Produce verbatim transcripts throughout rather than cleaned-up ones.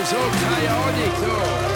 so, keine Ahnung. So.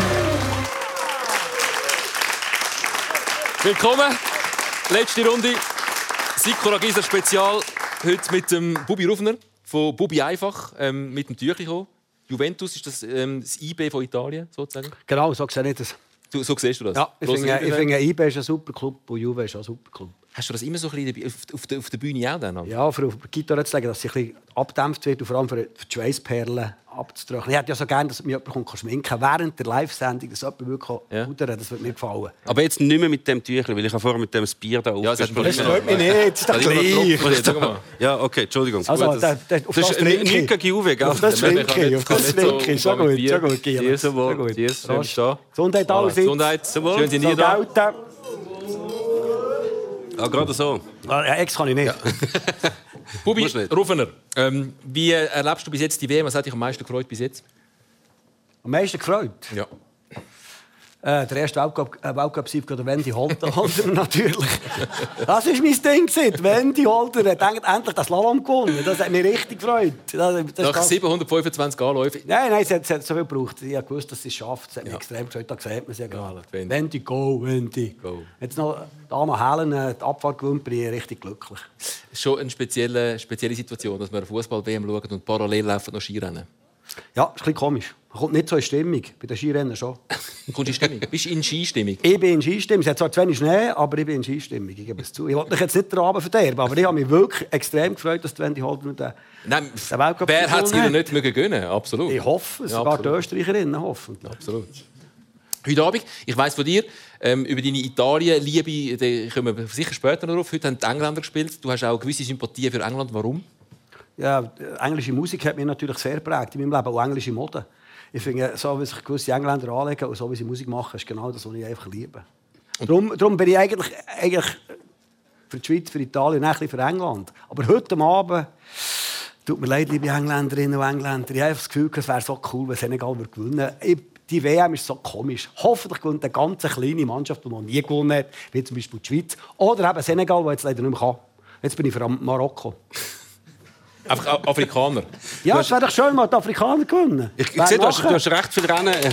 Willkommen. Letzte Runde. Sicko Gieser Spezial. Heute mit dem Bubi Rufner von Bubi Einfach ähm, mit dem Tüchli gekommen. Juventus ist das, ähm, das I B von Italien, sozusagen? Genau, so sehe ich das. Du, so siehst du das? Ja, ich finde, ich finde, I B ist ein super Club und Juve ist auch ein super Club. Hast du das immer so ein bisschen auf, auf, der, auf der Bühne auch dann? Ja, für auf die Gitarre zu legen, dass sie ein bisschen abdämpft wird und vor allem für die Schweißperlen abzutrocknen. Ich hätte ja so gerne, dass mir jemand schminken kann während der Live-Sendung, dass jemand wirklich ja. pudern, das würde mir gefallen. Aber jetzt nicht mehr mit dem Tüchlein, weil ich habe vorher mit dem Bier da ja, aufgespielt. Das freut mich nicht, das ist doch gleich. Ja, okay, Entschuldigung. Also, gut, das, der, der, auf das das ist nichts gegen Juve, gell? Auf das Trinken, auf das Trinken. Schon gut, schon gut, Giel. Schon gut. Gesundheit allerseits. Gesundheit. Schön, Sie nie da. Ja, gerade so. Ja, ex kann ich nicht. Ja. Bubi Rufner, ähm, wie erlebst du bis jetzt die W M? Was hat dich am meisten gefreut bis jetzt? Am meisten gefreut? Ja. Äh, der erste Weltcup-Sieg von Wendy Holder natürlich. Das war mein Ding. Wendy Holder hat endlich das Slalom gewonnen. Das hat mich richtig gefreut. Das, das Nach siebenhundertfünfundzwanzig Anläufen? Nein, nein, sie hat, sie hat so viel gebraucht. Ich habe gewusst, dass sie es schafft. Es hat mich ja. extrem gefreut. Da sieht man sie ja gerade. Ja, Wendy, go, Wendy. Go. Jetzt noch Dana Helen, die Abfahrt gewonnen, bin ich richtig glücklich. Schon eine spezielle, spezielle Situation, dass wir eine Fußball-W M schauen und parallel laufen noch Skirennen. Ja, ist ein bisschen komisch. Man kommt nicht so in Stimmung. Bei den Skirennen schon. Kommst du in Stimmung? Bist du in Skistimmung? Ich bin in Skistimmung. Es hat zwar zu wenig Schnee, aber ich bin in Skistimmung. Ich gebe es zu. Ich wollte mich jetzt nicht den Abend verderben, aber ich habe mich wirklich extrem gefreut, dass Wendy Holder den, Nein, den Weltcup wer hat es ihr nicht mögen gönnen? Absolut. Ich hoffe es. Ja, sogar die Österreicherinnen hoffen. Absolut. Heute Abend, ich weiss von dir, ähm, über deine Italien-Liebe, da kommen wir sicher später noch drauf. Heute haben die Engländer gespielt. Du hast auch gewisse Sympathie für England. Warum? Ja, englische Musik hat mich natürlich sehr geprägt in meinem Leben, auch englische Mode. Ich finde, so wie sich gewisse Engländer anlegen und so wie sie Musik machen, ist genau das, was ich einfach liebe. Darum, darum bin ich eigentlich, eigentlich für die Schweiz, für Italien und ein bisschen für England. Aber heute Abend, tut mir leid, liebe Engländerinnen und Engländer, ich habe einfach das Gefühl, es wäre so cool, wenn Senegal gewinnen würde. Die W M ist so komisch. Hoffentlich gewinnt eine ganz kleine Mannschaft, die noch nie gewonnen hat, wie zum Beispiel die Schweiz. Oder eben Senegal, der jetzt leider nicht mehr kann. Jetzt bin ich für Marokko. Einfach Afrikaner. Ja, es wäre doch schön, mal die Afrikaner gewinnen. Ich, ich sehe, du hast, du hast recht viel Rennen. Ja.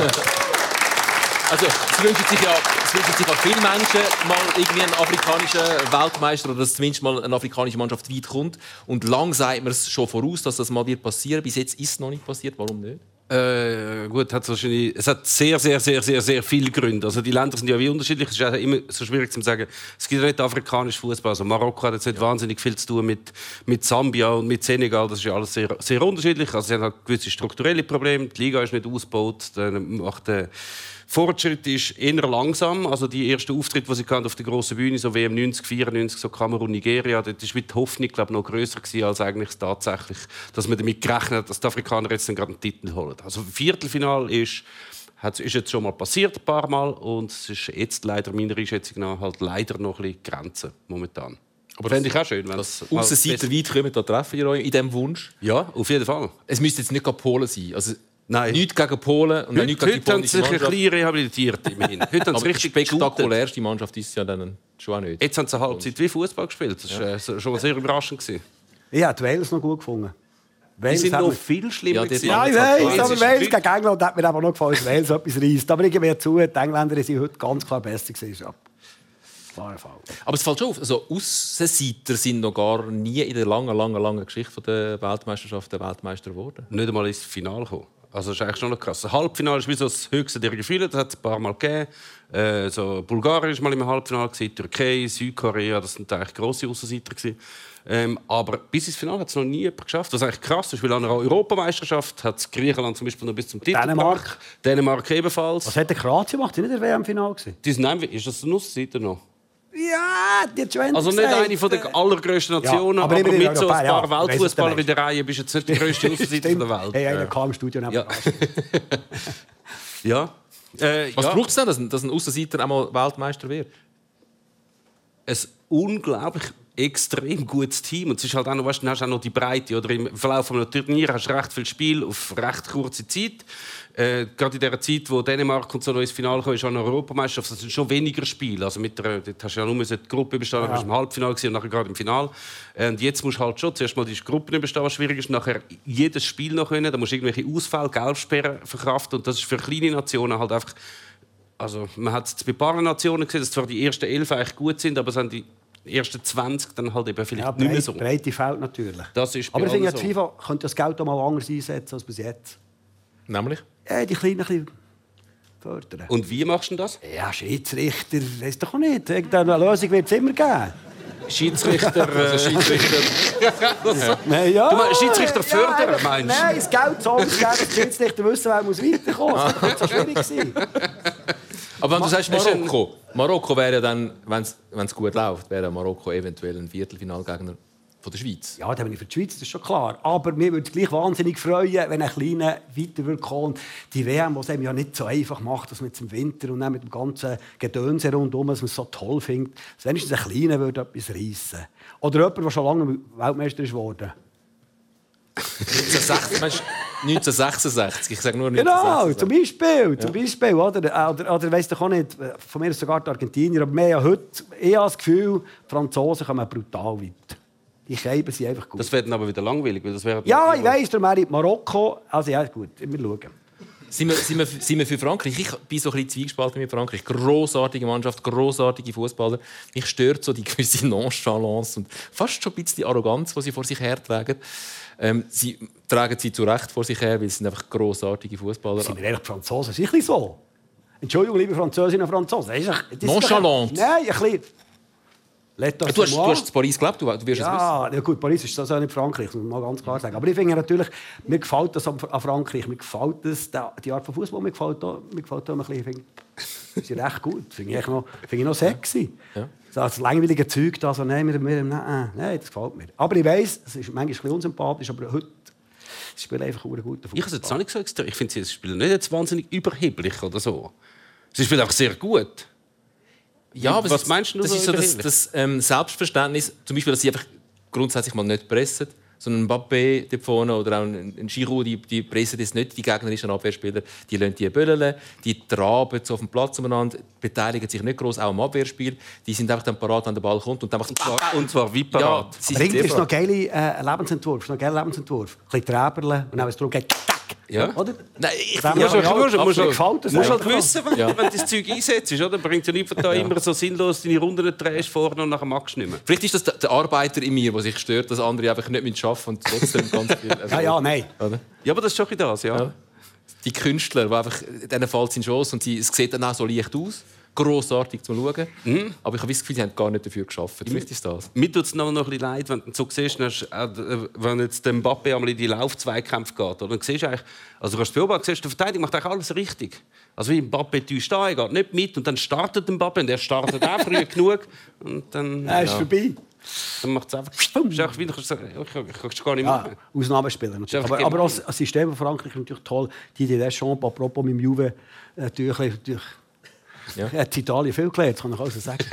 Also, es wünschen sich ja es wünschen sich auch viele Menschen mal irgendwie einen afrikanischen Weltmeister oder dass zumindest mal eine afrikanische Mannschaft weit kommt. Und lang sagt man es schon voraus, dass das mal wird passieren. Bis jetzt ist es noch nicht passiert. Warum nicht? Äh, gut, hat's wahrscheinlich, es hat sehr, sehr, sehr, sehr, sehr viele Gründe. Also die Länder sind ja wie unterschiedlich. Es ist ja immer so schwierig zu sagen. Es gibt ja nicht afrikanischen Fußball. Also Marokko hat jetzt nicht ja. wahnsinnig viel zu tun mit, mit Sambia und mit Senegal. Das ist ja alles sehr, sehr unterschiedlich. Also sie haben halt gewisse strukturelle Probleme. Die Liga ist nicht ausgebaut. Dann macht der Fortschritt ist eher langsam. Also die ersten Auftritte, die sie auf der grossen Bühne, so W M neunzig, vierundneunzig, so Kamerun, Nigeria, dort war die Hoffnung, glaube ich, noch grösser gewesen, als eigentlich tatsächlich, dass man damit gerechnet hat, dass die Afrikaner jetzt dann gerade einen Titel holen. Also Viertelfinal ist, ist jetzt schon mal passiert, ein paar Mal, und es ist jetzt leider meiner Einschätzung nach halt leider noch ein bisschen Grenzen momentan. Aber fände ich auch schön, wenn das Aussenseiter weit kommen, da treffen ihr euch in diesem Wunsch? Ja, auf jeden Fall. Es müsste jetzt nicht Polen sein. Also Nein. Nichts gegen Polen und heute, nichts gegen die heute haben sie sich ein bisschen rehabilitiert. Immerhin. Heute haben sie richtig die spektakulärste Mannschaft ist ja dann schon auch nicht. Jetzt haben sie eine Halbzeit wie Fußball gespielt. Das war ja. schon sehr überraschend. Ich habe die Wales noch gut gefunden. Wales die sind noch viel schlimmer. Ja, ja ich weiß, aber Wales gegen England hat mir einfach noch gefallen, dass Wales etwas reisst. Aber ich gebe mir zu, die Engländer sind heute ganz klar besser gewesen. Ja. Klarer Fall. Aber es fällt schon auf, also Aussenseiter sind noch gar nie in der langen, langen, langen Geschichte der Weltmeisterschaft der Weltmeister geworden. Nicht einmal ins Finale gekommen. Also das ist eigentlich schon noch krass. Ein Halbfinale ist wie so das höchste der Gefühle. Das hat es ein paar Mal gegeben. Äh, so Bulgarien war mal im Halbfinale, Türkei, Südkorea, das sind eigentlich grosse Aussenseiter. Ähm, aber bis ins Finale hat es noch nie jemand geschafft. Was eigentlich krass ist, weil an einer Europameisterschaft hat Griechenland zum Beispiel noch bis zum Titel Dänemark. Dänemark ebenfalls. Was hat der Kroatien gemacht? Die nicht in der W M-Finale? Nein, ist das eine Aussenseiter noch? Ja, die hat schon Also nicht eine von der allergrößten Nationen, ja, aber, aber mit so ein paar ja, Weltfußballer in der Reihe bist du jetzt nicht die grösste Aussenseiter der Welt. Hey, einer kam im Studio neben ja. ja. Äh, Was ja. braucht es denn, dass ein, dass ein Aussenseiter einmal Weltmeister wird? Es unglaublich extrem gutes Team. Und es ist halt auch noch, weißt, dann hast du auch noch die Breite. Oder im Verlauf eines Turniers hast du recht viel Spiel auf recht kurze Zeit. Äh, gerade in der Zeit, wo Dänemark und so noch ins Finale kam, ist auch eine Europameisterschaft. Das sind schon weniger Spiele. Also mit der, dort hast du ja nur die Gruppe überstehen, dann ja. warst du im Halbfinale und nachher gerade im Finale. Und jetzt musst du halt schon zuerst mal die Gruppen überstehen, was schwierig ist, nachher jedes Spiel noch können. Da musst du irgendwelche Ausfälle, Gelbsperren verkraften. Und das ist für kleine Nationen halt einfach. Also man hat es bei ein paar Nationen gesehen, dass zwar die ersten elf eigentlich gut sind, aber es sind die ersten zwanzig dann halt eben vielleicht ja, breit, nicht mehr so. Breite Feld natürlich. Das ist aber ich finde, so. die FIFA könnte das Geld auch mal anders einsetzen als bis jetzt. Nämlich? Ja, die Kleinen ein bisschen fördern. Und wie machst du das? Ja, Schiedsrichter, weiss doch auch nicht. Irgendeine Lösung wird es immer geben. Schiedsrichter... Äh, also Schiedsrichter... ja. Nein, ja. Du meinst Schiedsrichter fördern, ja, meinst du? Nein, das Geld so ausgeben, dass die Schiedsrichter wissen, wer muss weiterkommen muss. Das könnte so schwierig sein. Aber wenn du sagst Marokko, Marokko wäre ja dann, wenn es gut läuft, wäre Marokko eventuell ein Viertelfinalgegner von der Schweiz. Ja, da bin ich für die Schweiz, das ist schon klar. Aber mir würde es gleich wahnsinnig freuen, wenn ein Kleiner weiter kommen. Die W M, die es einem ja nicht so einfach macht, dass man jetzt im Winter und dann mit dem ganzen Gedöns rundherum, dass man es so toll findet, dass wenigstens ein Kleiner würde etwas reissen. Oder jemand, der schon lange Weltmeister ist worden. neunzehnhundertsechsundsechzig, ich sage nur neunzehnhundertsechsundsechzig. Genau, zum Beispiel. Ja. Zum Beispiel oder oder, oder weiss doch auch nicht, von mir ist sogar die Argentinier, aber mehr ja heute, ich habe das Gefühl, die Franzosen kommen brutal weit. Die Scheiben sind einfach gut. Das wäre dann aber wieder langweilig. Weil das wäre ja, ich weiss, darum wäre ich Marokko. Also ja, gut, wir schauen. Sind wir, sind, wir, sind wir für Frankreich? Ich bin so ein bisschen zwiegespalten mit Frankreich. Grossartige Mannschaft, grossartige Fußballer. Mich stört so die gewisse Nonchalance und fast schon ein bisschen die Arroganz, die sie vor sich hertragen. Ähm, sie tragen sie zu Recht vor sich her, weil sie sind einfach grossartige Fußballer. Sind wir ehrlich, Franzosen? Ist ein so? Entschuldigung, liebe Französinnen und Franzosen. Das ist ein, Nonchalant? Nein, ein bisschen... Du hast, du hast in Paris gelebt, du, du wirst ja, es wissen. Ja, gut, Paris ist das auch nicht Frankreich, das muss man ganz klar sagen. Aber ich finde natürlich, mir gefällt das an Frankreich, mir gefällt das, die Art von Fußball, mir gefällt auch, mir gefällt auch ein bisschen, ich finde, sie sind recht gut, finde ich noch, finde ich noch sexy. Ja. Das langweilige Zeug da, so, nein, wir, wir, nein, nein, das gefällt mir. Aber ich weiss, es ist manchmal ein bisschen unsympathisch, aber heute sie spielen einfach einen guten Fußball. Ich habe es jetzt auch nicht so extrem. Ich finde, sie spielen nicht jetzt wahnsinnig überheblich oder so. Sie spielen auch sehr gut. Ja, aber was meinst du? Das so ist so das, das ähm, Selbstverständnis, zum Beispiel, dass sie einfach grundsätzlich mal nicht pressen, sondern ein Mbappé dort vorne oder auch ein, ein Giroud, die, die pressen das nicht, die gegnerischen Abwehrspieler, die lassen die böllen, die traben so auf dem Platz umeinander, beteiligen sich nicht groß auch am Abwehrspiel, die sind einfach dann parat, wenn der Ball kommt und dann macht es und zwar wie parat. Ja, aber irgendwie ist noch ein geiler äh, Lebensentwurf, ist noch ein geiler Lebensentwurf, ein bisschen Träberle und dann, wenn es darum geht, ja. Oder? Nein, ich ja, ja, ja, ja, musst, musst, gefällt musst, musst halt wissen, wenn, ja. wenn du das Zeug einsetzt, oder? Bringt ja niemand da ja. immer so sinnlos deine Runden drehst vorne und nachher magst du nicht mehr. Vielleicht ist das der, der Arbeiter in mir, der sich stört, dass andere einfach nicht arbeiten und trotzdem ganz viel... Also, ja, ja, nein. Oder? Ja, aber das ist schon das, ja. ja. Die Künstler, die einfach, denen fällt es in Chance und sie, es sieht dann auch so leicht aus. Grossartig zu schauen. Mhm. Aber ich habe das Gefühl, sie haben gar nicht dafür geschafft. Vielleicht ist das. Mir tut es noch ein bisschen leid, wenn du so siehst, wenn jetzt der Mbappé einmal in die Laufzweikämpfe geht. Oder? Dann siehst du eigentlich, also du kannst beobachten, siehst, der Verteidiger macht eigentlich alles richtig. Also wie Mbappé täuscht da, er geht nicht mit und dann startet der Mbappé und er startet auch früh genug. Und dann, er ist ja. vorbei. Dann macht es einfach... Ich kann es gar nicht machen. Ja, Ausnahmespieler natürlich. Aber, aber auch das System von Frankreich ist natürlich toll. Die Deschamps, apropos mit dem Juve, natürlich... natürlich ja. Er hat in Italien viel gelernt, das kann ich auch so sagen.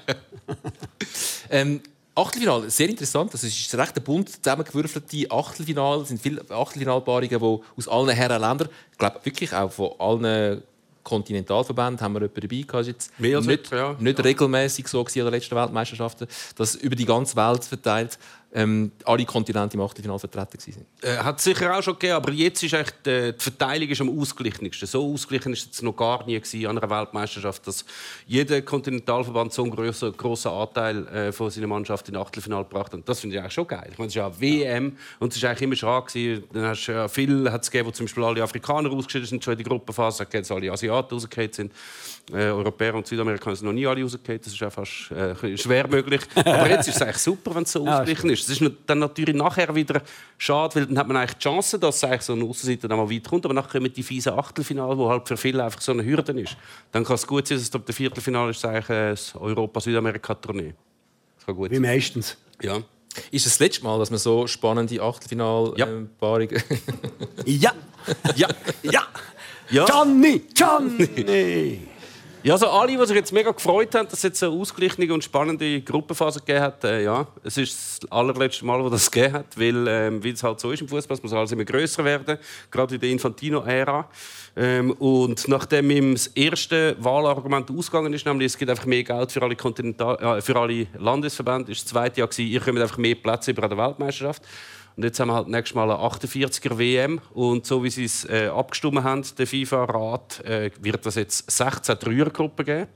ähm, Achtelfinale, sehr interessant. Das ist ein recht bunt zusammengewürfelte Achtelfinale. Es sind viele Achtelfinalpaarungen, die aus allen Herrenländern, ich glaube wirklich auch von allen Kontinentalverbänden, haben wir jemanden dabei gehabt. Jetzt Mehr als nicht, ja. nicht ja. regelmäßig so gewesen an den letzten Weltmeisterschaften, dass über die ganze Welt verteilt ähm, alle Kontinente im Achtelfinale vertreten waren. Äh, hat es sicher auch schon gegeben, aber jetzt ist eigentlich die, die Verteilung ist am ausgeglichensten. So ausgeglichen ist es noch gar nie gewesen an einer Weltmeisterschaft, dass jeder Kontinentalverband so einen grossen, grossen Anteil äh, von seiner Mannschaft in Achtelfinale gebracht hat. Und das finde ich eigentlich schon geil. Ich meine, es ist ja W M ja. und es ist eigentlich immer schade gewesen. Dann hast du ja viel hat es gegeben, wo zum Beispiel alle Afrikaner ausgeschieden sind, schon in die Gruppenphase, dass alle Asiaten rausgefallen sind. Äh, Europäer und Südamerikaner sind noch nie alle rausgefallen. Das ist ja fast äh, schwer möglich. Aber jetzt ist es eigentlich super, wenn es so ausgeglichen ist. Es ist dann natürlich nachher wieder schade, weil dann hat man eigentlich die Chance, dass eigentlich so eine Aussenseiter dann mal weit kommt. Aber nachher kommen die fiesen Achtelfinale, wo halt für viele einfach so eine Hürde ist. Dann kann es gut sein, dass es der Viertelfinale ist, eigentlich ein Europa-Südamerika-Tournee. Das kann gut Wie sein. meistens. Ja. Ist es das letzte Mal, dass man so spannende Achtelfinalpaarungen... Ja. Ja. Ja. Ja. Gianni! Gianni! Ja, also alle, die sich jetzt mega gefreut haben, dass es jetzt eine ausgeglichene und spannende Gruppenphase gegeben hat, äh, ja, es ist das allerletzte Mal, wo das gegeben hat, weil, ähm, wie es halt so ist im Fußball, es muss alles immer grösser werden, gerade in der Infantino-Ära. Ähm, und nachdem ihm das erste Wahlargument ausgegangen ist, nämlich es gibt einfach mehr Geld für alle, Kontinental äh, für alle Landesverbände, ist das zweite Jahr gewesen, ihr kommt einfach mehr Plätze über an der Weltmeisterschaft. Und jetzt haben wir halt nächstes Mal eine achtundvierziger W M. Und so wie sie es äh, abgestimmt haben, der FIFA-Rat, äh, wird es jetzt sechzehn Dreiergruppen geben.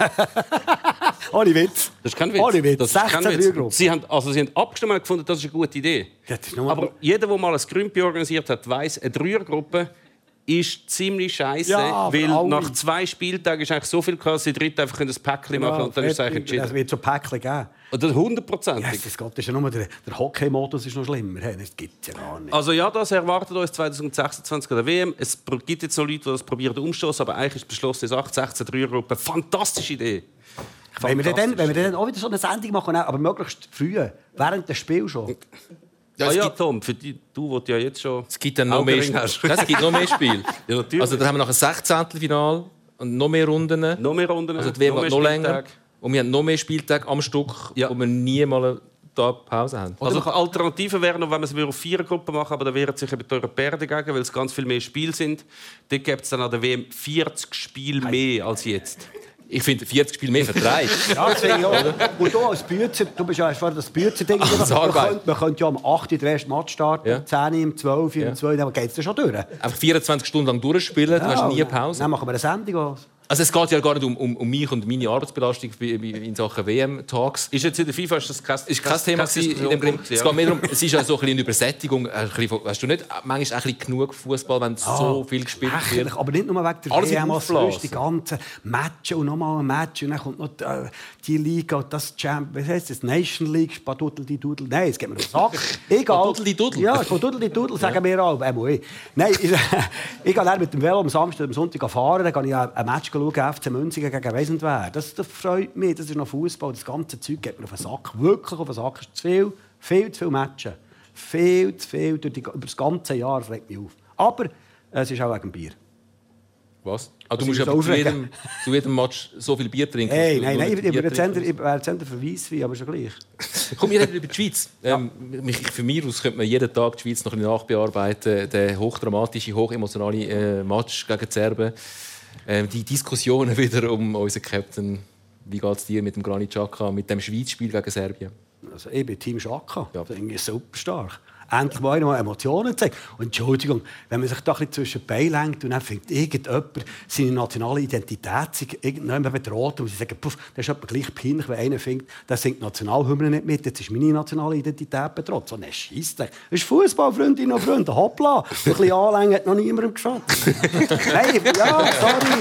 Ohne Witz. Das ist kein Witz. Ohne Witz. Das ist kein sechzehn Dreiergruppen. Sie haben, also sie haben abgestimmt und gefunden, das ist eine gute Idee. Ja, das ist nur Aber jeder, der mal ein Grümpi organisiert hat, weiss, eine Dreiergruppe ist ziemlich scheiße, Ja, weil alle. nach zwei Spieltagen ist eigentlich so viel klar, dass die Dritte einfach ein Päckchen machen Ja, und dann ist es eigentlich es entschieden. wird so Päckchen geben. Oder hundertprozentig. Ja, das, Gott, das ist ja nur der, der Hockey-Modus ist noch schlimmer. Hey, das gibt es ja gar nicht. Also ja, das erwartet uns zwanzig sechsundzwanzig an der W M. Es gibt jetzt noch Leute, die das probieren umzustoßen, aber eigentlich ist beschlossen, acht, sechzehn Dreiergruppen. Fantastische Idee. Wenn wir, dann, wenn wir dann auch wieder so eine Sendung machen, aber möglichst früh, während des Spiels schon. Ja, ah es ja, gibt, Tom, für die, du, die ja jetzt schon... es gibt dann noch mehr, Augenring hast. Nein, es gibt noch mehr Spiele. Ja, natürlich. Also dann haben wir noch ein Sechzehntelfinal und noch mehr Runden. Noch mehr Runden, Also die W M noch geht mehr noch länger. Spieltage. Und wir haben noch mehr Spieltage am Stück, Ja. wo wir nie mal eine Tag Pause haben. Also die Alternative wäre noch, wenn man es auf vier Gruppen machen, aber da wehren sich eben die Europäer dagegen, weil es ganz viel mehr Spiele sind. Dort gibt es dann an der W M vierzig Spiele mehr als jetzt. Ich finde vierzig Spiele mehr vertreibt. Ja, das finde ich auch. Und du als Bützer, du bist ja vorher das Bützer-Ding. Ach, das man, Arbeit. könnte, man könnte ja am acht den ersten Match starten, Ja. am zehn, am zwölf, Ja. am zwei, dann geht es schon durch. Einfach vierundzwanzig Stunden lang durchspielen, du hast nie eine Pause. Dann machen wir eine Sendung aus. Also es geht ja gar nicht um, um, um mich und meine Arbeitsbelastung bei- bei- in Sachen W M-Tags. Ist jetzt in der FIFA ist das kein, Es war kein Thema gewesen in dem Grund. Es geht mehr darum, es ist ja so ein bisschen eine Übersättigung. Ein bisschen von- Hast du nicht manchmal ein bisschen genug Fußball, wenn so viel gespielt wird? Lächerlich, aber nicht nur wegen der Alles W M, aufblasen. als die ganzen Matches und nochmal ein Match und dann kommt noch die, äh, die Liga und das Champ, was heisst das? Nation League, Spaduddel Dudel. Nein, es geht mir auf den Sack. Egal. Spaduddel-Dudel? Ja, Spaduddel Dudel sagen wir auch. Ähm, Nein, ich, ich gehe dann mit dem Velo am Samstag, am Sonntag fahren, dann gehe ich ein Match schauen, F C München gegen weiss nicht wer. Das, das freut mich, das ist noch Fußball. Das ganze Zeug geht mir auf den Sack. Wirklich auf den Sack. Es ist zu viel, viel zu viele Matches. Viel zu viel durch die, über das ganze Jahr, das regt mich auf. Aber es ist auch wegen dem Bier. Was? Ah, du Was musst ich aber so zu aufregen? jedem, zu jedem Match so viel Bier trinken. Hey, dass du nein, nur nein, nicht ich Bier wäre trinkst. jetzt Sender für Weisswein, aber schon gleich. Komm, wir reden über die Schweiz. Ähm, mich, für mich aus könnte man jeden Tag die Schweiz noch ein bisschen nachbearbeiten. Der hochdramatische, hochemotionale äh, Match gegen die Serben. Ähm, die Diskussionen wieder um unseren Captain. Wie geht es dir mit dem Granit Xhaka, mit dem Schweiz-Spiel gegen Serbien? Also, ich bin Team Xhaka. Ja. Das ist super stark. Endlich mal noch Emotionen zeigen. Und Entschuldigung, wenn man sich da ein bisschen zwischen die Beine lenkt und dann findet irgendjemand seine nationale Identität irgendjemand bedroht und sie sagen, puff, das ist etwa gleich peinlich, wenn einer findet, der singt die Nationalhymne nicht mit, jetzt ist meine nationale Identität bedroht. So ein Scheissdreck. Das ist Fußball, Freundinnen und Freunde. Hoppla, ein bisschen anlängen hat noch niemandem geschadet. Nein, ja, sorry.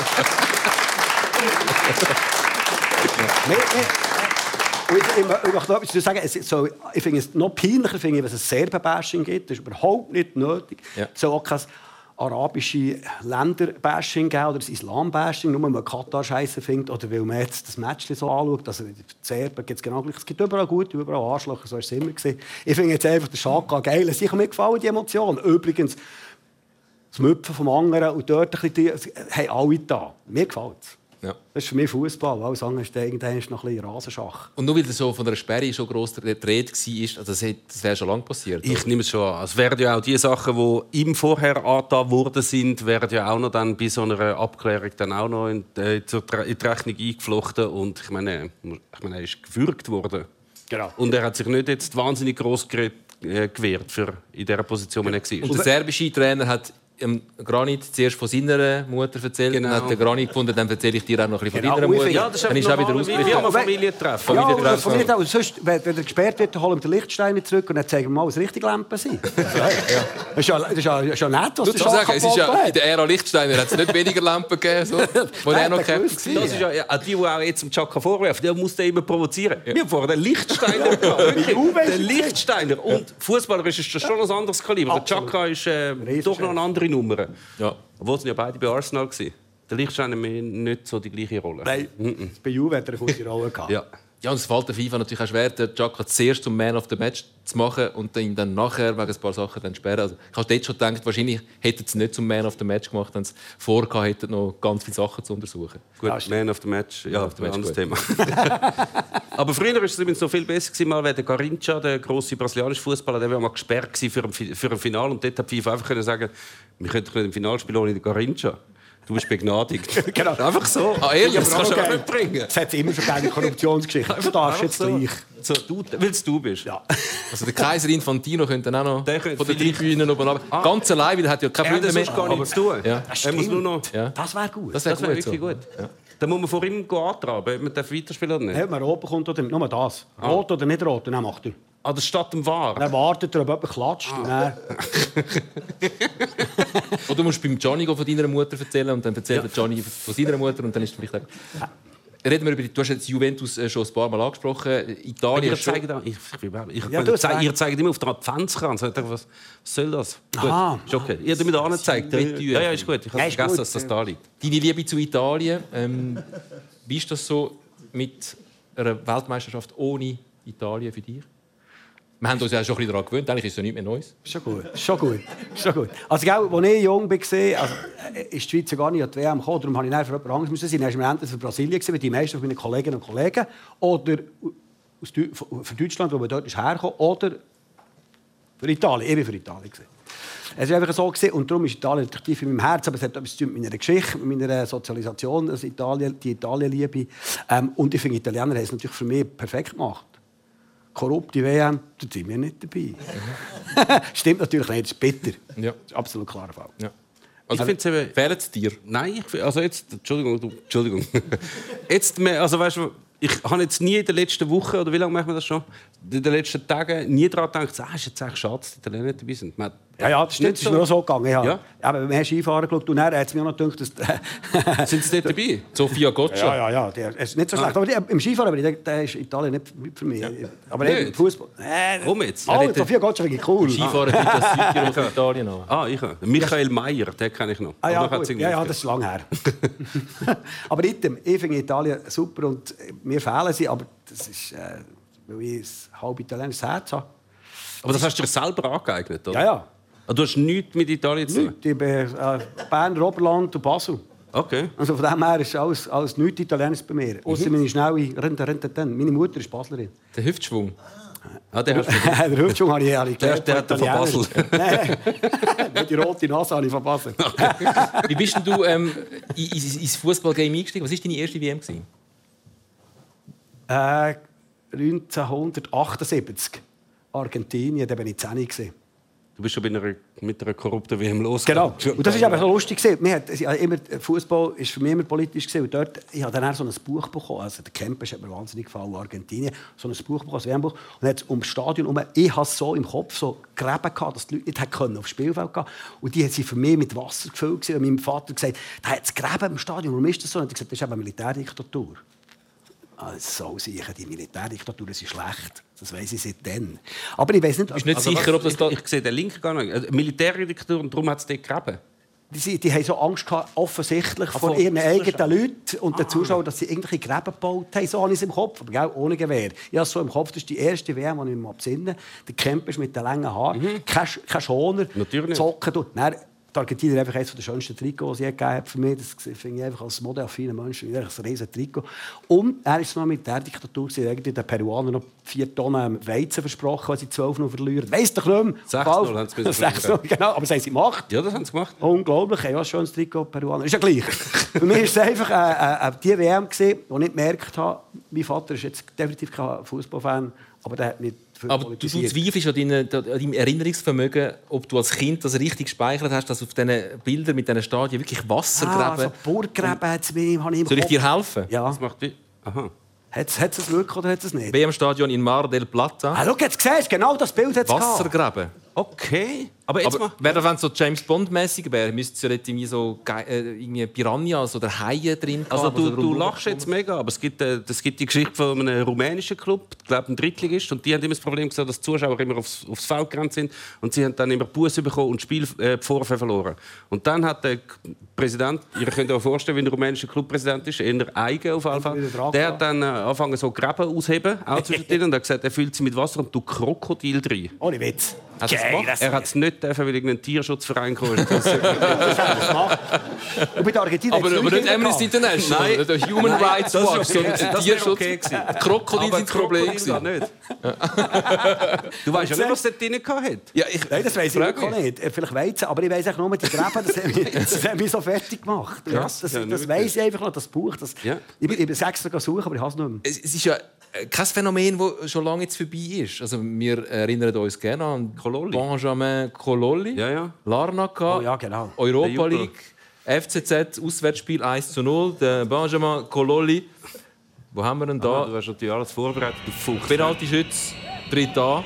Nee, nee. Und ich, ich, ich möchte noch etwas sagen. Es ist so, ich finde es noch peinlicher, finde ich, wenn es ein Serben-Bashing gibt. Das ist überhaupt nicht nötig. Ja. Es soll auch kein arabische Länder-Bashing geben oder ein Islam-Bashing, nur weil man Katar scheiße findet oder weil man jetzt das Match so anschaut. Also die Serben gibt es genau gleich. Es gibt überall gute, überall Arschlöcher, so war es immer gewesen. Ich finde jetzt einfach den Xhaka geil. Sicher, mir gefallen die Emotionen. Übrigens, das Müpfen vom anderen und dort ein bisschen, haben alle da. Mir gefällt es. Ja. Das ist für mich Fußball. Alles andere ist irgendwann noch ein bisschen Rasenschach. Und nur weil das so von der Sperre schon gross der Rede war, also das, hätte- das wäre schon lange passiert. Ich nehme es schon an. Es werden ja auch die Sachen, die ihm vorher angetan worden sind, werden ja auch noch dann bei so einer Abklärung dann auch noch in, äh, zur Tre- in die Rechnung eingeflochten. Und ich meine, ich meine, er ist gewürgt worden. Genau. Und er hat sich nicht jetzt wahnsinnig gross ge- äh, gewehrt für in der Position, wo er war. Und der serbische Trainer hat ähm, Granit zuerst von seiner Mutter erzählt. Genau. Dann hat der Granit gefunden, dann erzähle ich dir auch noch ein bisschen Genau, von deiner und ich Mutter. finde- Ja, das ist dann ist er wieder normal, wie ausgewichen. am Familientreffen. Ja, Familientreffen. aber von mir auch. Sonst, wenn, wenn er gesperrt wird, dann holen wir den Lichtsteiner zurück und dann zeigen wir mal, was richtig Lampen sind. Ja, ja. Das ist ja, das ist ja, das ist ja nett, was Du der kannst sagen, es ist ja, Xhaka in der Ära Lichtsteiner hat es nicht weniger Lampen gegeben, so, wo er noch Nein, Captain das war. Das ist ja, ja auch die, die auch jetzt dem Xhaka vorwerfen, der muss den immer provozieren. Wir haben vorher den Lichtsteiner gehabt. Wirklich, den Lichtsteiner. Und fußballerisch ist das schon ein anderes Kaliber. Der Xhaka ist äh, doch noch eine andere Nummer. Ja. Obwohl sie ja beide bei Arsenal waren. Der Lichtsteiner hat nicht so die gleiche Rolle. Nein, bei Juve hat er eine gute Rolle gehabt. Ja. Ja, und es fällt der FIFA natürlich auch schwer, den Xhaka zuerst zum Man of the Match zu machen und ihn dann nachher wegen ein paar Sachen dann sperren. Also, ich habe dort schon gedacht, wahrscheinlich hätten sie es nicht zum Man of the Match gemacht, wenn sie vorgehabt hätten, noch ganz viele Sachen zu untersuchen. Gut, ja, Man of the Match, ja, ein anderes Thema. Aber früher war es übrigens noch viel besser, mal, wenn der Garrincha, der grosse brasilianische Fußballer, der war mal gesperrt für ein, für ein Finale. Und dort hat FIFA einfach können sagen, wir könnten nicht im Finale spielen ohne den Garrincha. Du bist begnadigt. Genau. Einfach so. Ah, ehrlich, das kannst du auch geil. nicht bringen. Es hat immer schon keine Korruptionsgeschichte. Du darfst jetzt so. gleich. So, du, weil es du bist. Ja. Also der Kaiser Infantino könnte dann auch noch Der könnte von den vielleicht- Tribünen oben runter. Ah. Ganz allein, weil er hat ja keine Er hat Freunde das mehr. sonst gar nichts zu tun. Ja. Er muss nur noch... Ja. Das wäre gut. Das wäre Das wäre gut, wirklich so. gut. Dann muss man vor ihm antraben, ob man weiterspielen oder nicht. Ob man rot bekommt oder nicht. Nur das. Rot oder nicht rot, dann macht er. Ah, das statt dem War. Dann wartet er, ob jemand klatscht. Und dann... Oder du musst beim Gianni von deiner Mutter erzählen und dann erzählt der Gianni von seiner Mutter und dann ist es vielleicht auch... Reden wir über die, du hast jetzt Juventus äh, schon ein paar Mal angesprochen. Italien Ihr ist schon... zeigt, auch- ich, ich, ich, Ja, ich, du zeig, zeig- ihr zeigt immer auf den Adventskranz. Ich dachte, was, was soll das? Aha. Gut, ist okay. Ihr habt mir da angezeigt. Ja, ja, ist gut. Ich habe Ja, ist vergessen, gut. dass das da liegt. Deine Liebe zu Italien, ähm, wie ist das so mit einer Weltmeisterschaft ohne Italien für dich? Wir haben uns ja schon ein bisschen daran gewöhnt, eigentlich ist es ja nichts mehr Neues. Schon gut, schon gut, schon gut. Also, gell, als ich jung war, also, äh, ist die Schweiz ja gar nicht an die W M gekommen. Darum musste ich dann für jemand anderes sein. Dann war ich für Brasilien, weil die meisten meiner Kolleginnen und Kollegen oder aus Deu für Deutschland, wo wir dort herkommen, oder für Italien. Ich war für Italien. Es war einfach so gewesen, und darum ist Italien tief in meinem Herzen, aber es hat etwas zu tun mit meiner Geschichte, mit meiner Sozialisation, also Italien, die Italienliebe. Ähm, und ich finde, Italiener haben es natürlich für mich perfekt gemacht. Korrupte W M, da sind wir nicht dabei. Stimmt natürlich nicht, das ist bitter. Ja. Das ist absolut klarer Fall. Ja. Ich Also, find's eben- fehlt es dir? Nein, ich, find- also jetzt, Entschuldigung, du, Entschuldigung. Jetzt, mehr- also weißt du, ich habe jetzt nie in den letzten Wochen, oder wie lange machen wir das schon, in den letzten Tagen nie daran gedacht, ah, ist jetzt eigentlich schade, dass die Italiener nicht dabei sind. Man hat- Ja, ja, das stimmt. Das Nicht ist mir auch so gegangen. Ja. Ja? Aber wir haben Skifahren geschaut und dann hat es mir auch noch gedacht, dass... Sind sie nicht dabei? Sofia Goccia? ja, ja, ja, der ist nicht so schlecht. Aber der, im Skifahren, aber ich, der ist Italien nicht für mich. Aber Nicht? eben im Fußball... Äh, Warum jetzt? Oh, Er hat- Sofia Gotcha finde ich cool. Skifahren tut das Südtirol von Italien an. Ah, ich habe. Michael Meyer, den kenne ich noch. Ah, ja, Aber noch hat's gut. irgendwie ja, ja, nicht das ist lange her. Aber item, ich finde Italien super und mir fehlen sie, aber das ist, äh, weil ich ein halb italienisches Herz habe. Aber das hast du dir selber angeeignet, oder? Ja, ja. Ah, du hast nichts mit Italien zu tun? Nicht. Ich bin äh, Bern, Oberland und Basel. Okay. Also von dem her ist alles, alles nichts Italienisch bei mir. Ausser meine schnelle Rente, Rente, Rente. Meine Mutter ist Baslerin. Der Hüftschwung. Ah, den hast du. Der Hüftschwung habe ich, habe ich Der- gelernt. der hat den von Italienisch. Nein, nicht die rote Nase habe ich von Basel. Wie bist denn du ähm, in- in- ins Fußballgame eingestiegen? Was war deine erste W M? gewesen? Äh, neunzehnhundertachtundsiebzig. Argentinien, da war ich zehn. gewesen. Du bist schon bei einer, mit einer korrupten W M losgegangen. Genau. Und das war aber so lustig. Wir hat, ja, immer, Fußball war für mich immer politisch. Gewesen. Und dort, ich habe dann auch so ein Buch bekommen. Also, der Kempes hat mir wahnsinnig gefallen, Argentinien. So ein Buch bekommen, ein W M-Buch. Und jetzt um das Stadion herum, ich hatte so im Kopf so Gräben gehabt, dass die Leute nicht können aufs Spielfeld gehen. Und die waren für mich mit Wasser gefüllt. Gewesen. Und mein Vater gesagt, da hat es Gräben im Stadion. Warum ist das so? Und ich gesagt, das ist eben Militärdiktatur. Also, sicher, die Militärdiktatur das ist schlecht. Das weiss ich seitdem. Aber ich weiss nicht... Bist du nicht Also, sicher, was? ob das da... Ich, ich sehe den Link gar nicht. Also, Militärdiktatur und darum hat es dort gegeben. Die, die haben so Angst gehabt, offensichtlich Ah, vor von ihren Zuschauern. eigenen Leuten und den Zuschauern, dass sie irgendwelche Gräben gebaut haben. So habe ich es im Kopf, aber gell, ohne Gewehr. Ich habe es so im Kopf, das ist die erste W M, die ich mir besinne. Der Kempers mit den langen Haaren, mhm. kein, kein Schoner, Natürlich. Socken. Du. Dann, die Argentinier einfach eines der schönsten Trikots, die es gegeben hat für mich. Das finde ich einfach als modeaffiner Mensch ein riesen Trikot. Und er ist noch mit der Diktatur, irgendwie den Peruaner noch vier Tonnen Weizen versprochen, weil sie zwölf noch verlieren. Weiss doch nicht mehr. sechs null haben sie müssen sechs null, genau. Aber das haben sie gemacht. Ja, das haben sie gemacht. Unglaublich, ja, ein schönes Trikot, Peruaner. Ist ja gleich. Für mich war es einfach äh, äh, die W M, gewesen, wo ich gemerkt habe, mein Vater ist jetzt definitiv kein Fußballfan, aber der hat mich für Aber du, du zweifelst an, deine, an deinem Erinnerungsvermögen, ob du als Kind das richtig gespeichert hast, dass auf diesen Bildern mit diesen Stadien wirklich Wassergräben... Ah, so Burggräben hat es mir, habe ich im Soll ich Kopf. dir helfen? Ja. Das macht wie... Aha. Hat es wirklich oder hat es nicht? W M-Stadion in Mar del Plata. Ah, schau, jetzt siehst du, genau das Bild hat es gehabt. Wassergräben. Okay. Aber jetzt Aber mal... wäre das, wenn es so James Bond-mäßig wäre, müsste es ja nicht irgendwie so äh, irgendwie Piranhas oder Haie drin Also haben, du, so du lachst jetzt mega, aber es gibt, äh, es gibt die Geschichte von einem rumänischen Club, ich glaube ein Drittligist, und die haben immer das Problem gesagt, dass die Zuschauer immer aufs, aufs Feld gerannt sind und sie haben dann immer Busse bekommen und das Spiel äh, Vorfall verloren. Und dann hat der Präsident, ihr könnt euch vorstellen, wie ein rumänischer Clubpräsident ist, eher eigen auf jeden Fall, der hat dann äh, angefangen so Gräben ausheben, auch zwischen denen, und hat gesagt, er füllt sie mit Wasser und du Krokodil rein. Ohne Witz. Hat er Geil, gemacht? Er hat es nicht dürfen, weil irgendein Tierschutzverein kostet. Und bei der Argentinien Aber, aber nicht Amnesty International, Nein. oder Human Nein, Rights das ist Watch, okay. sondern Das wäre Tierschutz. okay gewesen. Krokodil Aber sind das Problem. Krokodil gewesen. nicht. Du weißt ja nicht, was dort drin hatte. Ja, ich, Nein, das weiss ich wirklich nicht. Vielleicht Weizen, aber ich weiss auch nur die Gräben, das hat mich, das hat mich so fertig gemacht. Krass. Das, Ja, das nicht weiss ich einfach noch, das Buch. Das, Ja. Ich bin, ich bin extra suchen, aber ich habe es nicht mehr. es, es ist ja kein Phänomen, das schon lange jetzt vorbei ist. Also, wir erinnern uns gerne an Kololli. Benjamin Kololli, Ja, ja. Larnaca, Oh ja, genau. Europa Der Jubel. League, F C Z, Auswärtsspiel eins zu null, der Benjamin Kololli. Wo haben wir denn Ah, da? du hast natürlich alles vorbereitet auf Fuchs. Penalty-Schütz tritt an.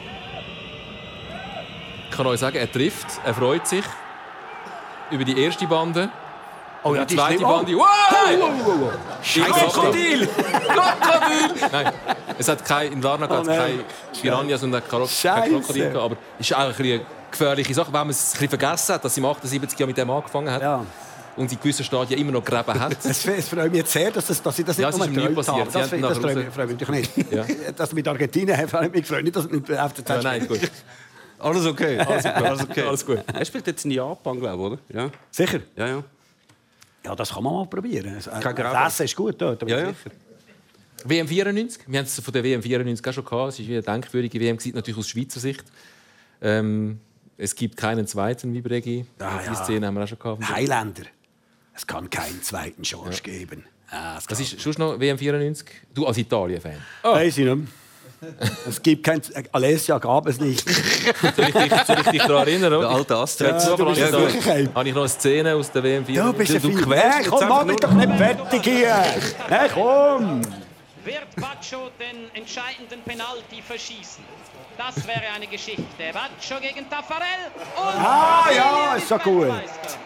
Ich kann euch sagen, er trifft, er freut sich über die erste Bande. Oh ja, die die zweite ist nicht- Bande. Oh, Wow! oh, oh, oh. Scheiße. Krokodil! Krokodil! Nein, es hat kein, in Larnaca Oh hat es nein. keine Piranhas und kein Kro- Scheisse. kein Krokodil gehabt, aber es ist auch ein bisschen eine gefährliche Sache, wenn man es ein bisschen vergessen hat, dass sie im achtundsiebzig Jahren mit dem angefangen hat Ja. und in gewissen Stadien immer noch Gräben hat. Es, es freut mich jetzt sehr, dass, das, dass ich das nicht Ja, es nur ist ihm nie geträumt habe. passiert. Sie Das, haben das nachher freut mich, raus- freut mich natürlich nicht. Ja. Das mit Argentinien hat mich gefreut, nicht, dass es mit F C Z Ja, nein, gut. Alles okay. Alles, alles okay. Alles gut. Er spielt jetzt in Japan, glaube ich, oder? Ja. Sicher? Ja, ja. Ja, das kann man mal probieren. Kein Graben. Das Essen ist gut dort. aber Ja, ja. sicher. W M vierundneunzig, wir haben es von der W M vierundneunzig auch schon gehabt. Es ist wie eine denkwürdige W M gewesen, natürlich aus Schweizer Sicht. Ähm, es gibt keinen zweiten wie Bregi. Ah, Die ja. Szene haben wir auch schon gehabt. Highlander. Es kann keinen zweiten George geben. Ah, Das ist schon noch W M vierundneunzig. Du als Italien-Fan. Oh. Weiss ich nicht mehr. Es gibt kein... Alessia gab es nicht. Soll ich dich, soll ich dich daran erinnern? Der Oder? alte Astrid. Ja, du bist habe, jetzt ich wirklich da, ein- habe ich noch eine Szene aus der W M Du vierundneunzig. bist ein Du Vieh. quälst Hey, jetzt komm, einfach mach mich nur- doch nicht fertig hier. Hey, komm. Wird Baccio den entscheidenden Penalty verschießen? Das wäre eine Geschichte. Baccio gegen Taffarel. Und Ah, ja, Brasilien ist so gut. Weltmeister.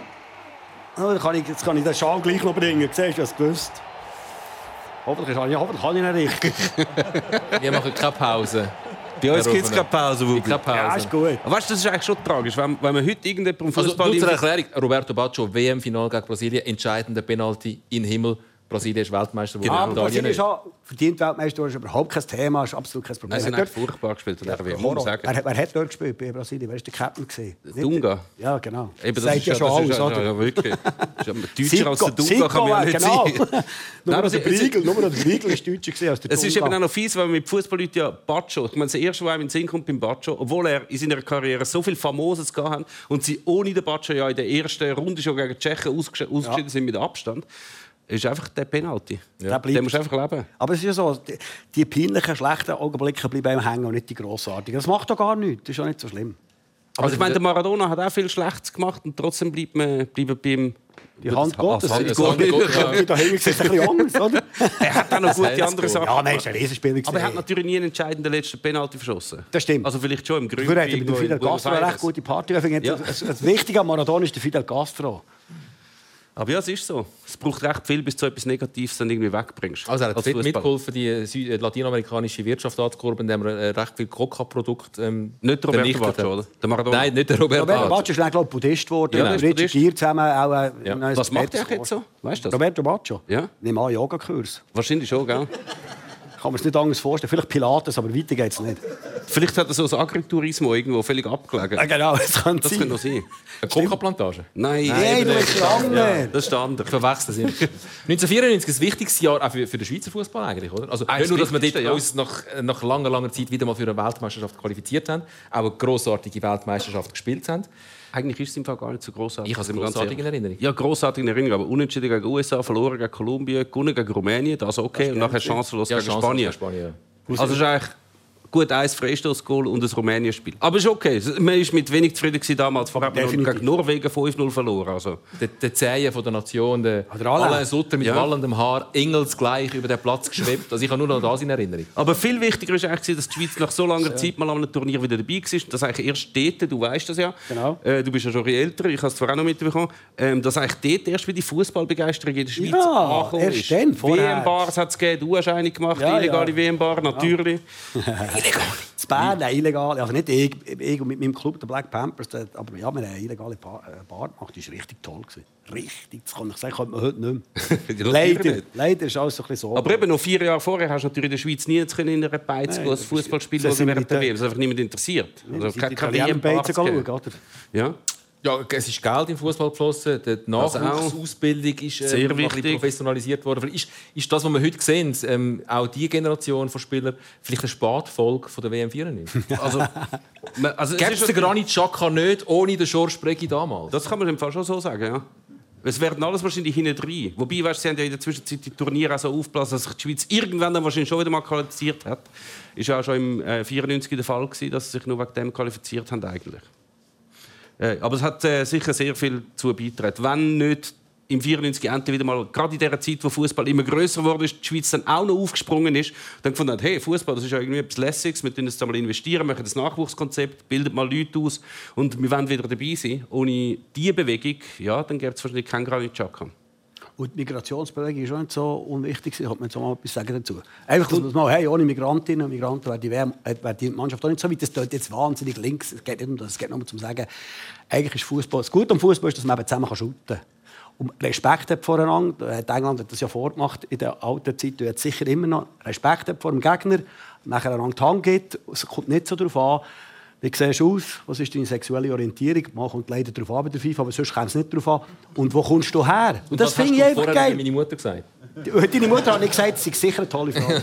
Oh, jetzt, kann ich, jetzt kann ich den Schal gleich noch bringen. Siehst du, was gewusst? Hoffentlich kann ich, hoffentlich kann ich ihn richtig. Wir machen keine Pause. Bei uns Herr gibt es keine Rufener. Pause. Wubi. Keine Pause. Ja, ist gut. Aber weißt du, das ist eigentlich schon tragisch, wenn, wenn man heute irgendjemanden im Also, Fußball... nur zur Erklärung, Roberto Baccio, W M-Final gegen Brasilien, entscheidender Penalty in Himmel. Brasilien ist Weltmeister, Genau. Aber Italien Brasilien nicht. ist auch verdient Weltmeister, ist überhaupt kein Thema, ist absolut kein Problem. Nein, sie haben Wer echt furchtbar gespielt. Ja, muss man sagen. Wer, wer hat dort gespielt bei Brasilien? Wer war der Captain? Gewesen? Nicht- Dunga. Ja, genau. Eben, das das sagt ist ja schon das ist alles, ja- oder? Ja, wirklich. Das ist ja Deutscher als der Dunga Zico, kann man ja nicht genau. sein. Nur Nein, noch aber der sie- Briegel, nur noch der Briegel ist Deutscher gewesen als der Es ist Dunga. eben auch noch fies, wenn man mit Fußballleuten ja Baccio, ich meine, das erste, was einem in den Sinn kommt beim Baccio, obwohl er in seiner Karriere so viel Famoses gehabt hat und sie ohne den Baccio ja in der ersten Runde schon gegen die Tschechen ausgeschieden, ausgeschieden sind mit Abstand, ist einfach der Penalty. Der bleibt. Den musst du einfach leben. Aber es ist ja so, die, die peinlichen, schlechten Augenblicke bleiben ihm hängen und nicht die grossartigen. Das macht doch gar nichts, das ist ja nicht so schlimm. Also ich meine, der Maradona hat auch viel Schlechtes gemacht und trotzdem bleibt man bleibt beim... Die Hand Gottes. Hand Das Gottes. Gottes, ja. Da hinten sieht es ein bisschen anders, oder? Er hat auch noch gute Heinz andere Goal. Sachen. Ja, nein, es ist ein Riesenspiel. Aber er hat natürlich nie einen entscheidenden letzten Penalty verschossen. Das stimmt. Also vielleicht schon im Grün. Dafür hat er mit dem Fidel Castro eine recht gute Party. Ich finde, Ja. das, das Wichtige am Maradona ist der Fidel Castro. Aber ja, es ist so. Es braucht recht viel, bis du etwas Negatives dann irgendwie wegbringst. Also er hat als viel Fußballer. mitgeholfen, die Sü- äh, latinamerikanische Wirtschaft anzukurbeln, indem er äh, recht viel Coca-Produkte ähm, Nicht der Roberto vernichtet hat. Baccio, oder? Der Maradona. Nein, nicht der Roberto Roberto Baccio. Baccio ist dann, glaube ich, Buddhist geworden. Ja, Ja, er ist Richard Buddhist. Gere zusammen auch ein Ja. neues Was macht er Bett jetzt so? Weißt du das? Roberto Baccio? Ja. Nimm an, Yoga-Kurs. Wahrscheinlich schon, gell? Kann man es nicht anders vorstellen. Vielleicht Pilates, aber weiter geht es nicht. Vielleicht hat er so ein Agriturismo irgendwo völlig abgelegen. Ja, genau, das kann Das sein. könnte noch sein. Eine Coca-Plantage. Nein, Nein, du bist lang ja, nicht. das ist der andere. Ich verwechsel sie. neunzehnhundertvierundneunzig ein wichtiges Jahr auch für, für den Schweizer Fußball eigentlich, oder? Also Ah, nicht nur, das dass wir dort Wichtigste, ja. uns nach, nach langer, langer Zeit wieder mal für eine Weltmeisterschaft qualifiziert haben, auch eine grossartige Weltmeisterschaft gespielt haben. Eigentlich ist es im Fall gar nicht so grossartig. Ich habe es Im ganz grossartig in ehrlich. Erinnerung. Ja, grossartig in Erinnerung. Aber unentschieden gegen U S A, verloren gegen Kolumbien, gewonnen gegen Rumänien, das okay. Und nachher chancenlos Ja, gegen Chance Spanien. für Spanien. Also es ist eigentlich Gut, ein Freistoßgoal und ein Rumänien-Spiel. Aber ist okay. Man war mit wenig zufrieden damals. Vorher haben wir gegen Norwegen fünf null verloren. Also. Der, der Zehen von der Nation, der Alain. Alain Sutter mit Ja. wallendem Haar, engelsgleich über den Platz geschwebt. Also ich habe nur noch das in Erinnerung. Aber viel wichtiger war eigentlich, dass die Schweiz nach so langer Zeit mal an einem Turnier wieder dabei war. Das eigentlich erst dort, du weißt das ja. Genau. Äh, du bist ja schon älter, ich habe es zwar auch noch mitbekommen. Ähm, dass eigentlich dort erst wieder die Fußballbegeisterung in der Schweiz Ja, angekommen erst ist. dann, vorher. W M-Bars hat es gegeben, du hast eine gemacht, Ja, illegale ja. W M-Bar, natürlich. Illegal. In Bern, eine illegale, also nicht ich, ich mit meinem Club, der Black Panthers, der, aber ja, wir haben eine illegale Bar, äh, Bar gemacht, die war richtig toll. Gewesen. Richtig, das kann ich sagen, könnte man heute nicht mehr. Leider, leider ist alles so ein bisschen so. Aber eben noch vier Jahre vorher hast du natürlich in der Schweiz nie in einer Beiz Nein, gehen, ein das Fußballspiel, das das sind während der wir W M. Das hat einfach niemand interessiert. Also keine keine keine W M-Beizen W M-Bars schauen, gegeben. oder? Ja. Ja, es ist Geld im Fußball geflossen. Die Nachwuchsausbildung ist äh, Sehr noch ein bisschen wichtig. professionalisiert worden. Ist, ist das, was wir heute sehen, ähm, auch die Generation von Spielern, vielleicht eine Spätfolge von der W M vierundneunzig? Also, man- also es Gäbe ist es den Granit Xhaka nicht ohne den Georges Preggy damals? Das kann man im Fall schon so sagen, ja. Es werden alles wahrscheinlich hinten rein. Wobei, weißt, sie haben ja in der Zwischenzeit die Turniere auch so aufgeblasen, dass sich die Schweiz irgendwann dann wahrscheinlich schon wieder mal qualifiziert hat. Ist ja auch schon im äh, vierundneunzig der Fall gewesen, dass sie sich nur wegen dem qualifiziert haben eigentlich. Äh, aber es hat äh, sicher sehr viel dazu beigetragen. Wenn nicht im vierundneunzig endlich wieder mal, gerade in der Zeit, wo Fußball immer grösser wurde, ist, die Schweiz dann auch noch aufgesprungen ist, dann gefunden hat, hey, Fußball, das ist ja irgendwie etwas Lässiges, wir müssen jetzt mal investieren, machen das Nachwuchskonzept, bilden mal Leute aus und wir wollen wieder dabei sein. Ohne diese Bewegung, ja, dann gäbe es wahrscheinlich keinen Granit Xhaka. Und die Migrationsbewegung ist auch nicht so unwichtig. Ich wollte jetzt mal etwas sagen dazu. Einfach, dass man mal, hey, ohne Migrantinnen und Migranten wäre die, W M, äh, wäre die Mannschaft auch nicht so weit. Das tut jetzt wahnsinnig links. Es geht nicht um das, es geht nur um zu sagen, eigentlich ist Fußball. Das Gute am Fußball ist, dass man eben zusammen shooten kann. Und Respekt hat voreinander. England hat das ja vorgemacht in der alten Zeit. Du hast sicher immer noch Respekt hat vor dem Gegner. Nachher einander die Hand gibt. Es kommt nicht so darauf an, wie siehst du aus? Was ist deine sexuelle Orientierung? Man kommt leider darauf an bei der FIFA, aber sonst kommt es nicht darauf an. Und wo kommst du her? Und das finde ich einfach vorher geil. meine Mutter gesagt? Deine Mutter hat nicht gesagt, sie ist sicher eine tolle Frau.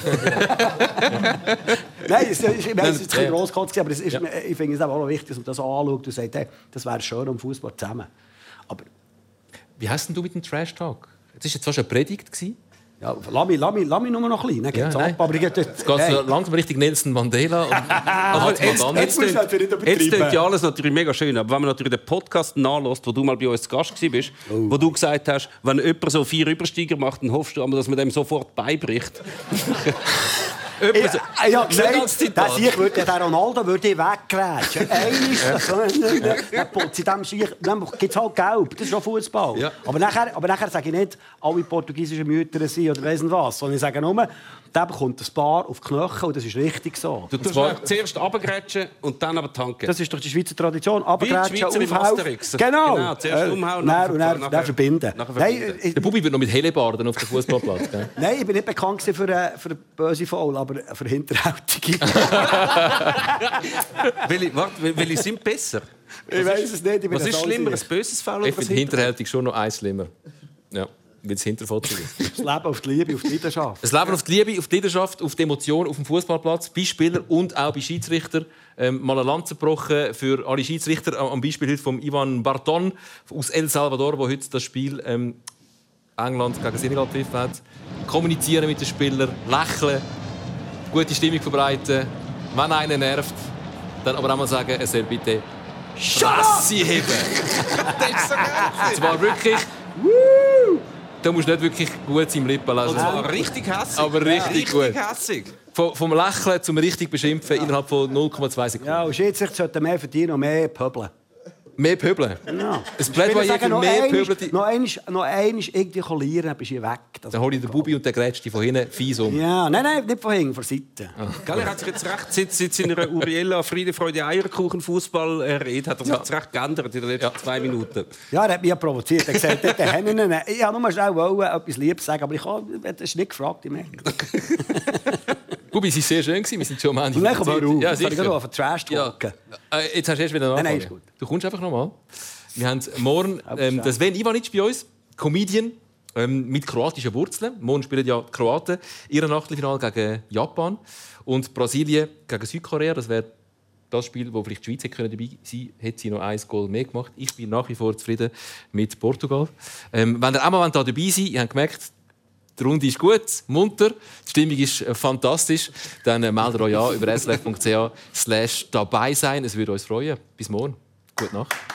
Nein, es ist, ich weiss, es ist ein Grosskotz, aber es ist, ja. Ich finde es auch noch wichtig, dass man das anschaut und sagt, hey, das wäre schön am Fußball zusammen. Aber wie hast denn du mit dem Trash Talk? Das war jetzt fast eine Predigt. ja, lass mich, lass mich, lass mich nur noch klein, dann geht's Ja, ab. Aber ich, Jetzt geht es hey. langsam Richtung Nelson Mandela. Und Aber jetzt, jetzt, jetzt, musst du halt nicht übertreiben. jetzt klingt ja alles natürlich mega schön, aber wenn man natürlich den Podcast nachlässt, wo du mal bei uns zu Gast warst, oh. wo du gesagt hast, wenn jemand so vier Übersteiger macht, dann hoffst du aber, dass man dem sofort beibricht. Ich, ich, ich habe gesagt, dass ich würde, der Ronaldo würde ich weggrätschen. Einmal, dann putze ich dem Schiech, dann gibt es halt Gelb. Das ist schon Fußball. Ja. Aber nachher, aber nachher sage ich nicht, alle portugiesischen Mütter sind oder weiss nicht was, sondern ich sage nur, der bekommt ein Paar auf die Knochen und das ist richtig so. Du tust war... zuerst runtergrätschen und dann aber tanken. Das ist doch die Schweizer Tradition. Runtergrätschen, aufhauen. Genau. genau. Zuerst umhauen und dann, und dann, nachher, dann verbinden. Nachher verbinden. Nein, der Bubi wird noch mit Hellebarden auf dem Fußballplatz. Nein, ich bin nicht bekannt für, für böse Foul, aber für Hinterhältige. welche, warte, welche sind besser? Ich weiß es nicht. Was ist schlimmer, ein böses Foul oder ich finde Hinterhältig schon noch eins schlimmer. Ja. Weil es hinterfotzig ist. Das Leben auf die Liebe, auf die Leidenschaft. Das Leben auf die Liebe, auf die Leidenschaft, auf die Emotion, auf dem Fußballplatz, bei Spielern und auch bei Schiedsrichtern. Ähm, mal eine Lanze gebrochen für alle Schiedsrichter. Am Beispiel heute von Ivan Barton aus El Salvador, der heute das Spiel ähm, England gegen Senegal gepfiffen hat. Kommunizieren mit den Spielern, lächeln, gute Stimmung verbreiten. Wenn einer nervt, dann aber auch mal sagen, er soll bitte Fresse heben. Das ist so geil. Und zwar wirklich... Da musst du nicht wirklich gut sein im Lippen lesen. Also richtig hässig. Aber richtig, ja, richtig gut. hässig. Vom, vom Lächeln zum richtig Beschimpfen innerhalb von null Komma zwei Sekunden. Ja, und Schiedsrichter sollten mehr verdienen und mehr pöbeln. Mehr Pöbeln? Ja. Es bleibt bei jedem mehr Pöbeln. Noch einmal, noch einmal irgendwie kollieren, dann bist du weg. Das dann hole ich den Bubi und der grätscht die von hinten fies um. Ja, nein, nein, nicht von hinten, von der Seite. Ah. Gell, er hat sich jetzt recht, seit, seit seiner Uriella Friede, Freude, Eierkuchen Fußball-Rede hat er sich ja. jetzt recht geändert in den letzten ja. zwei Minuten. Ja, er hat mich ja provoziert. Er hat gesagt, ich wollte nur schnell wollen, etwas Liebes sagen, aber ich habe das nicht gefragt. Bubi, es war sehr schön. Wir sind schon am Ende. Und dann komm mal ja, auf. Ich kann auf den Trash talken. Ja. Äh, jetzt hast du erst wieder nachfragen. Nein, nein, ist gut. Du kommst einfach noch mal. Wir haben morgen ähm, das Sven Ivanic bei uns, Comedian ähm, mit kroatischen Wurzeln. Morgen spielen ja die Kroaten ihr Achtelfinale gegen Japan und Brasilien gegen Südkorea. Das wäre das Spiel, wo vielleicht die Schweiz hätte dabei sein können, hätte sie noch ein Goal mehr gemacht. Ich bin nach wie vor zufrieden mit Portugal. Ähm, wenn ihr auch mal da dabei seid, ihr habt gemerkt, die Runde ist gut, munter, die Stimmung ist äh, fantastisch. Dann äh, meldet euch an über s r f punkt c h slash dabei sein. Es würde uns freuen. Bis morgen. Gute Nacht.